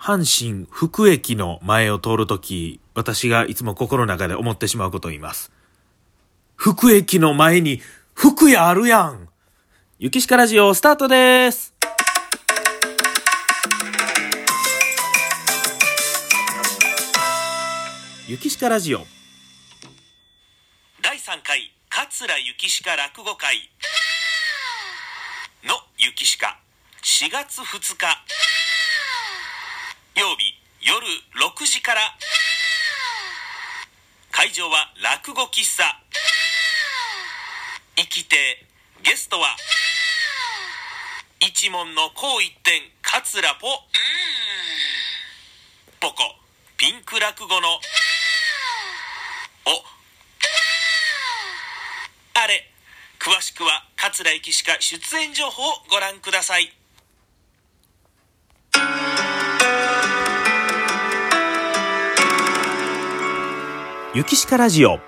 阪神福駅の前を通るとき、私がいつも心の中で思ってしまうことを言います。福駅の前に福屋あるやん。ゆきしかラジオスタートです。ゆきしかラジオ第3回桂ゆきしか落語会のゆきしか4月2日曜日夜6時から。会場は落語喫茶生きて、ゲストは一門の紅一点桂ポコピンク落語のあれ。詳しくは桂ゆきしか出演情報をご覧ください。 ゆきしかラジオ。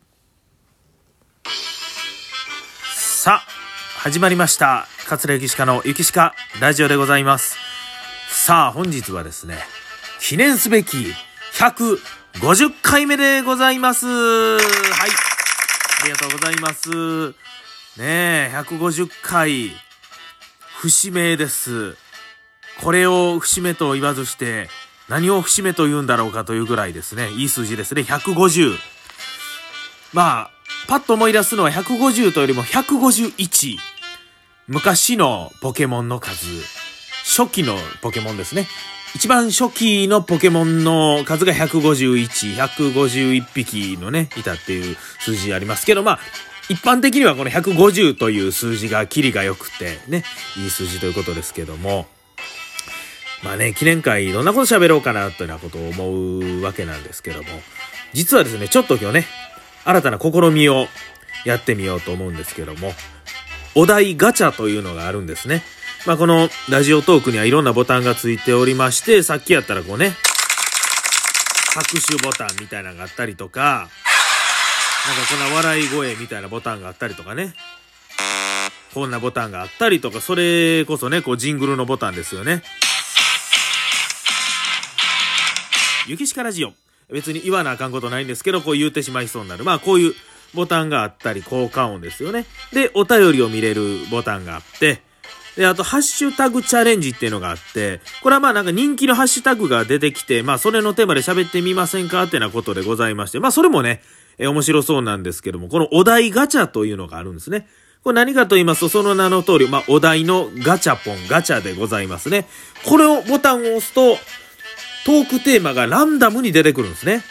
さあ始まりました。桂ゆきしかのゆきしかラジオでございます。さあ本日はですね、記念すべき150回目でございます。はい、ありがとうございますね。150回節目です。これを節目と言わずして何を節目と言うんだろうかというぐらいですね、いい数字ですね。150。まあパッと思い出すのは150というよりも151。昔のポケモンの数、初期のポケモンですね。一番初期のポケモンの数が151、151匹のね、いたっていう数字ありますけど、まあ一般的にはこの150という数字がキリが良くてね、いい数字ということですけども、まあね、記念会いろんなこと喋ろうかなというようなことを思うわけなんですけども、実はですね、ちょっと今日ね、新たな試みをやってみようと思うんですけども、お題ガチャというのがあるんですね。まあこのラジオトークにはいろんなボタンがついておりまして、さっきやったらこうね、拍手ボタンみたいなのがあったりとか、なんかこんな笑い声みたいなボタンがあったりとかね、こんなボタンがあったりとか、それこそね、こうジングルのボタンですよね。ゆきしかラジオ。別に言わなあかんことないんですけど、こう言ってしまいそうになる。まあこういうボタンがあったり、効果音ですよね。で、お便りを見れるボタンがあって、で、あとハッシュタグチャレンジっていうのがあって、これはまあなんか人気のハッシュタグが出てきて、まあそれのテーマで喋ってみませんかってなことでございまして、まあそれもね、面白そうなんですけども、このお題ガチャというのがあるんですね。これ何かと言いますと、その名の通り、まあお題のガチャポン、ガチャでございますね。これをボタンを押すと、トークテーマがランダムに出てくるんですね。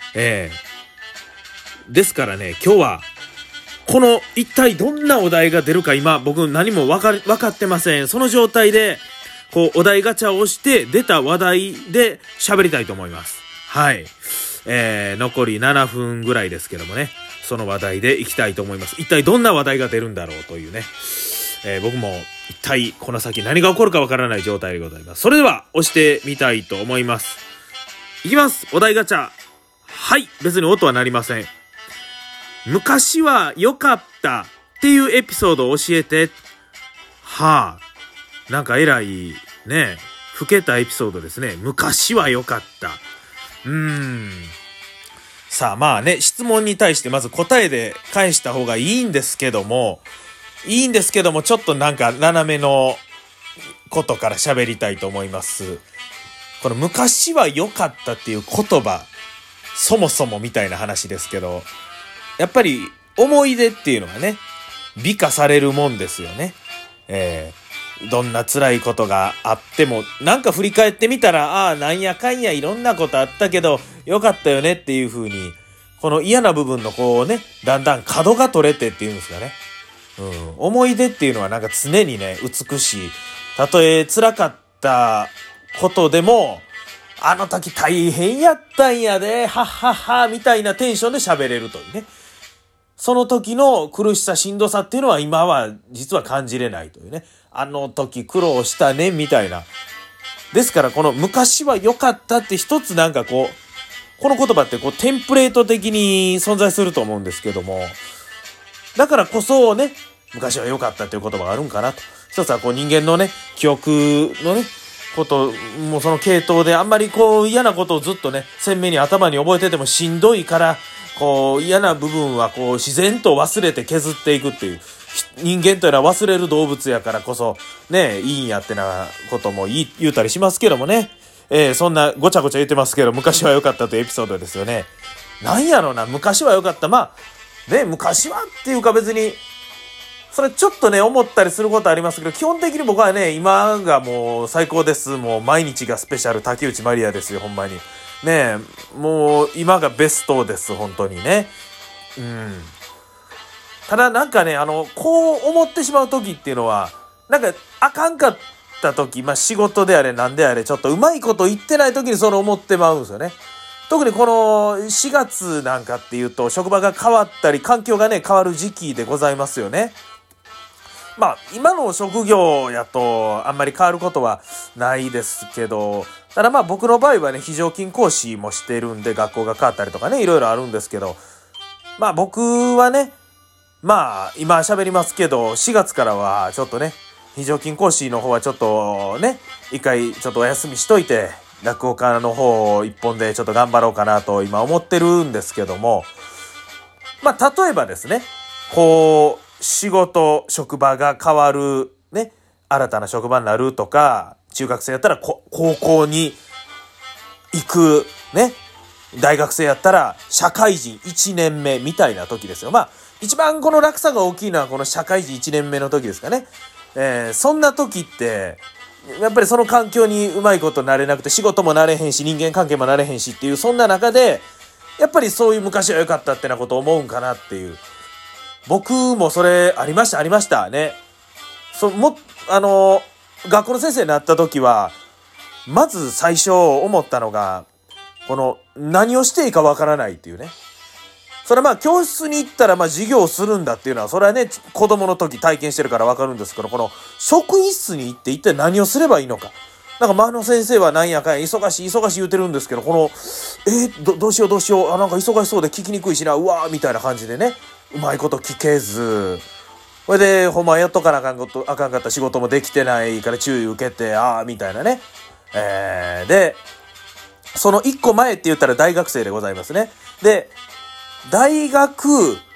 ですからね、今日はこの一体どんなお題が出るか今僕何も分かってません。その状態でこうお題ガチャを押して出た話題で喋りたいと思います。はい。残り7分ぐらいですけどもね、その話題でいきたいと思います。一体どんな話題が出るんだろうというね。僕も一体この先何が起こるかわからない状態でございます。それでは押してみたいと思います。いきます。お題ガチャ。はい。別に音は鳴りません。昔は良かったっていうエピソードを教えて。はあ。なんかえらいね、老けたエピソードですね。昔は良かった。さあまあね、質問に対してまず答えで返した方がいいんですけども、ちょっとなんか斜めのことから喋りたいと思います。この昔は良かったっていう言葉、そもそもみたいな話ですけど、やっぱり思い出っていうのがね、美化されるもんですよね。どんな辛いことがあっても、なんか振り返ってみたら、なんやかんやいろんなことあったけど、良かったよねっていう風に、この嫌な部分のこうね、だんだん角が取れてっていうんですかね。思い出っていうのはなんか常にね、美しい。たとえ辛かったことでも、あの時大変やったんやで、はっはっは、みたいなテンションで喋れるというね。その時の苦しさ、しんどさっていうのは今は実は感じれないというね。あの時苦労したね、みたいな。ですからこの昔は良かったって一つなんかこの言葉ってこうテンプレート的に存在すると思うんですけども、だからこそね、昔は良かったという言葉があるんかなと。一つはこう人間のね、記憶のね、 こともその系統であんまりこう嫌なことをずっとね鮮明に頭に覚えててもしんどいから、こう嫌な部分はこう自然と忘れて削っていくっていう、人間というのは忘れる動物やからこそねいいんやってなことも言うたりしますけどもね、そんなごちゃごちゃ言ってますけど、昔は良かったというエピソードですよね。なんやろな、昔は良かった。まあね、昔はっていうか別にそれちょっとね思ったりすることありますけど、基本的に僕はね今がもう最高です。もう毎日がスペシャル竹内まりやですよ、ほんまにね。もう今がベストです本当にね。ただなんかねこう思ってしまう時っていうのはなんかあかんかった時、まあ仕事であれなんであれちょっとうまいこと言ってない時にそれ思ってまうんですよね。特にこの4月なんかっていうと職場が変わったり環境がね変わる時期でございますよね。まあ今の職業やとあんまり変わることはないですけど、ただまあ僕の場合はね非常勤講師もしてるんで学校が変わったりとかねいろいろあるんですけど、まあ僕はねまあ今喋りますけど4月からはちょっとね非常勤講師の方はちょっとね一回ちょっとお休みしといて落語家の方一本でちょっと頑張ろうかなと今思ってるんですけども、まあ例えばですねこう仕事職場が変わるね、新たな職場になるとか、中学生やったら高校に行くね、大学生やったら社会人1年目みたいな時ですよ。まあ一番この落差が大きいのはこの社会人1年目の時ですかね。そんな時ってやっぱりその環境にうまいことなれなくて仕事もなれへんし人間関係もなれへんしっていう、そんな中でやっぱりそういう昔は良かったってなことを思うんかなっていう。僕もそれありましたね。学校の先生になった時はまず最初思ったのがこの何をしていいかわからないっていうね。それはまあ教室に行ったらまあ授業をするんだっていうのはそれはね子供の時体験してるからわかるんですけど、この職員室に行って一体何をすればいいのか。なんか周りの先生はなんやかんや忙しい言うてるんですけど、このどうしようなんか忙しそうで聞きにくいしな、うわーみたいな感じでねうまいこと聞けず、それでほんまやっとかなあかんかった仕事もできてないから注意受けてみたいなね。でその1個前って言ったら大学生でございますね。で大学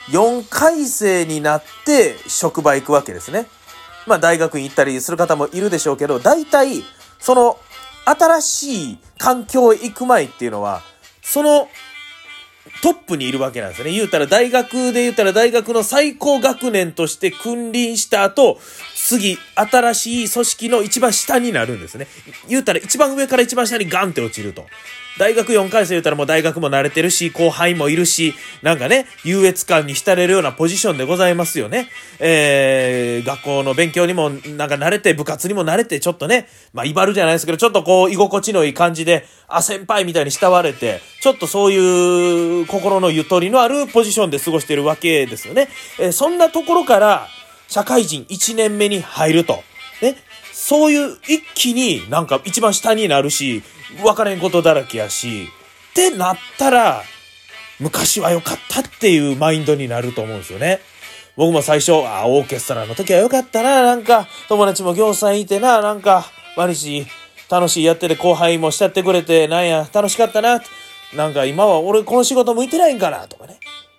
4回生になって職場行くわけですね。まあ大学に行ったりする方もいるでしょうけど、大体その新しい環境へ行く前っていうのはそのトップにいるわけなんですね。言うたら大学の最高学年として君臨した後、次新しい組織の一番下になるんですね。言うたら一番上から一番下にガンって落ちると。大学4回生言うたらもう大学も慣れてるし後輩もいるし、なんかね優越感に浸れるようなポジションでございますよね。学校の勉強にもなんか慣れて、部活にも慣れて、ちょっとねまあ威張るじゃないですけどちょっとこう居心地のいい感じで先輩みたいに慕われて、ちょっとそういう心のゆとりのあるポジションで過ごしてるわけですよね。そんなところから社会人1年目に入るとね、そういう一気になんか一番下になるし分からへんことだらけやしってなったら昔は良かったっていうマインドになると思うんですよね。僕も最初オーケストラの時は良かったな、なんか友達もぎょうさんいてな、なんか毎日楽しいやってて後輩も慕ってくれてなんや楽しかったな、なんか今は俺この仕事向いてないんかなとかね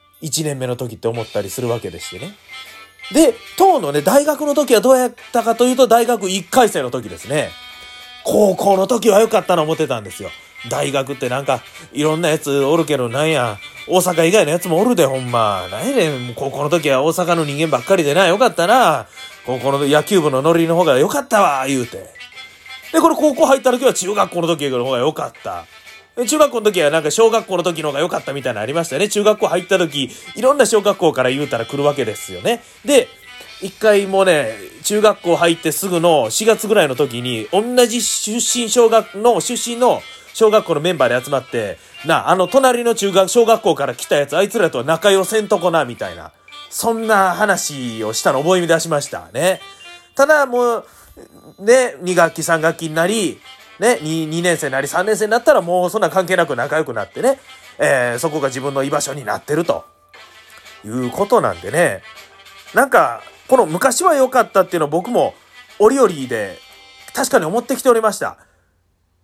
1年目の時って思ったりするわけでしてね。で当のね大学の時はどうやったかというと大学1回生の時ですね。高校の時は良かったな思ってたんですよ。大学ってなんかいろんなやつおるけどなんや大阪以外のやつもおるでほんま。なんやねん高校の時は大阪の人間ばっかりでな、よかったな、高校の野球部のノリの方が良かったわ言うて。でこれ高校入った時は中学校の時の方が良かった。中学校の時はなんか小学校の時の方が良かったみたいなのありましたよね。中学校入った時いろんな小学校から言うたら来るわけですよね。で一回もね中学校入ってすぐの4月ぐらいの時に同じ出身の小学校のメンバーで集まって隣の小学校から来たやつあいつらとは仲良せんとこなみたいな、そんな話をしたの覚え出しましたね。ただもうね2学期3学期になりね 2年生になり3年生になったらもうそんな関係なく仲良くなってね、そこが自分の居場所になってるということなんでね、なんかこの昔は良かったっていうのを僕も折々で確かに思ってきておりました。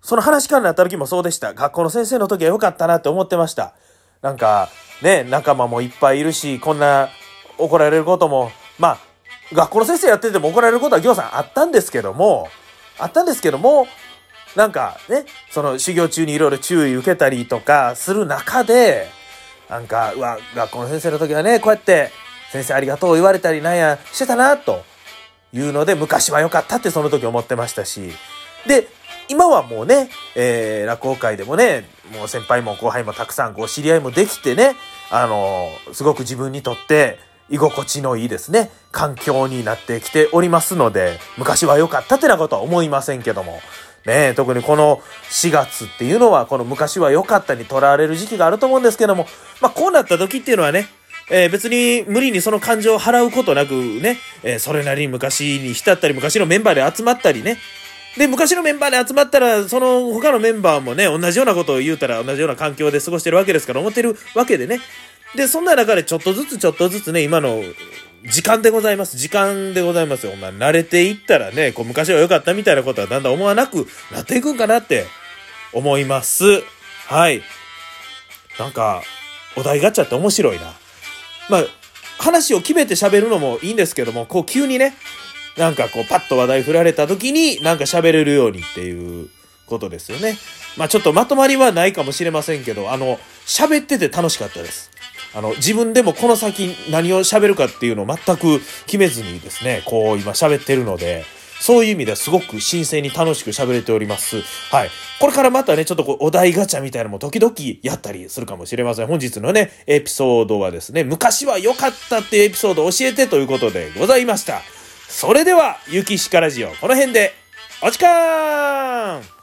その話からなった時もそうでした。学校の先生の時は良かったなって思ってました。なんかね、仲間もいっぱいいるし、こんな怒られることも、まあ学校の先生やってても怒られることはぎょうさんあったんですけども、なんかね、その授業中にいろいろ注意受けたりとかする中で、なんか学校の先生の時はね、こうやって先生ありがとう言われたりなんやしてたなというので、昔は良かったってその時思ってましたし、で今はもうね、落語界でもね、もう先輩も後輩もたくさん知り合いもできてね、すごく自分にとって居心地のいいですね、環境になってきておりますので、昔は良かったってなことは思いませんけどもね、特にこの4月っていうのはこの昔は良かったにとらわれる時期があると思うんですけども、こうなった時っていうのはね、別に無理にその感情を払うことなくね、それなりに昔に浸ったり、昔のメンバーで集まったりね、で昔のメンバーで集まったら、その他のメンバーもね、同じようなことを言うたら同じような環境で過ごしてるわけですから、思ってるわけでね。でそんな中でちょっとずつね、今の時間でございますよ。慣れていったらね、昔は良かったみたいなことはだんだん思わなくなっていくんかなって思います。はい。なんかお題ガチャって面白いな。話を決めて喋るのもいいんですけども、急にね、なんかパッと話題振られた時になんか喋れるようにっていうことですよね。ちょっとまとまりはないかもしれませんけど、喋ってて楽しかったです。自分でもこの先何を喋るかっていうのを全く決めずにですね、今喋ってるので、そういう意味ではすごく新鮮に楽しく喋れております。はい。これからまたね、ちょっとお題ガチャみたいなのも時々やったりするかもしれません。本日のね、エピソードはですね、昔は良かったっていうエピソードを教えてということでございました。それでは、ゆきしかラジオ、この辺で、お時間。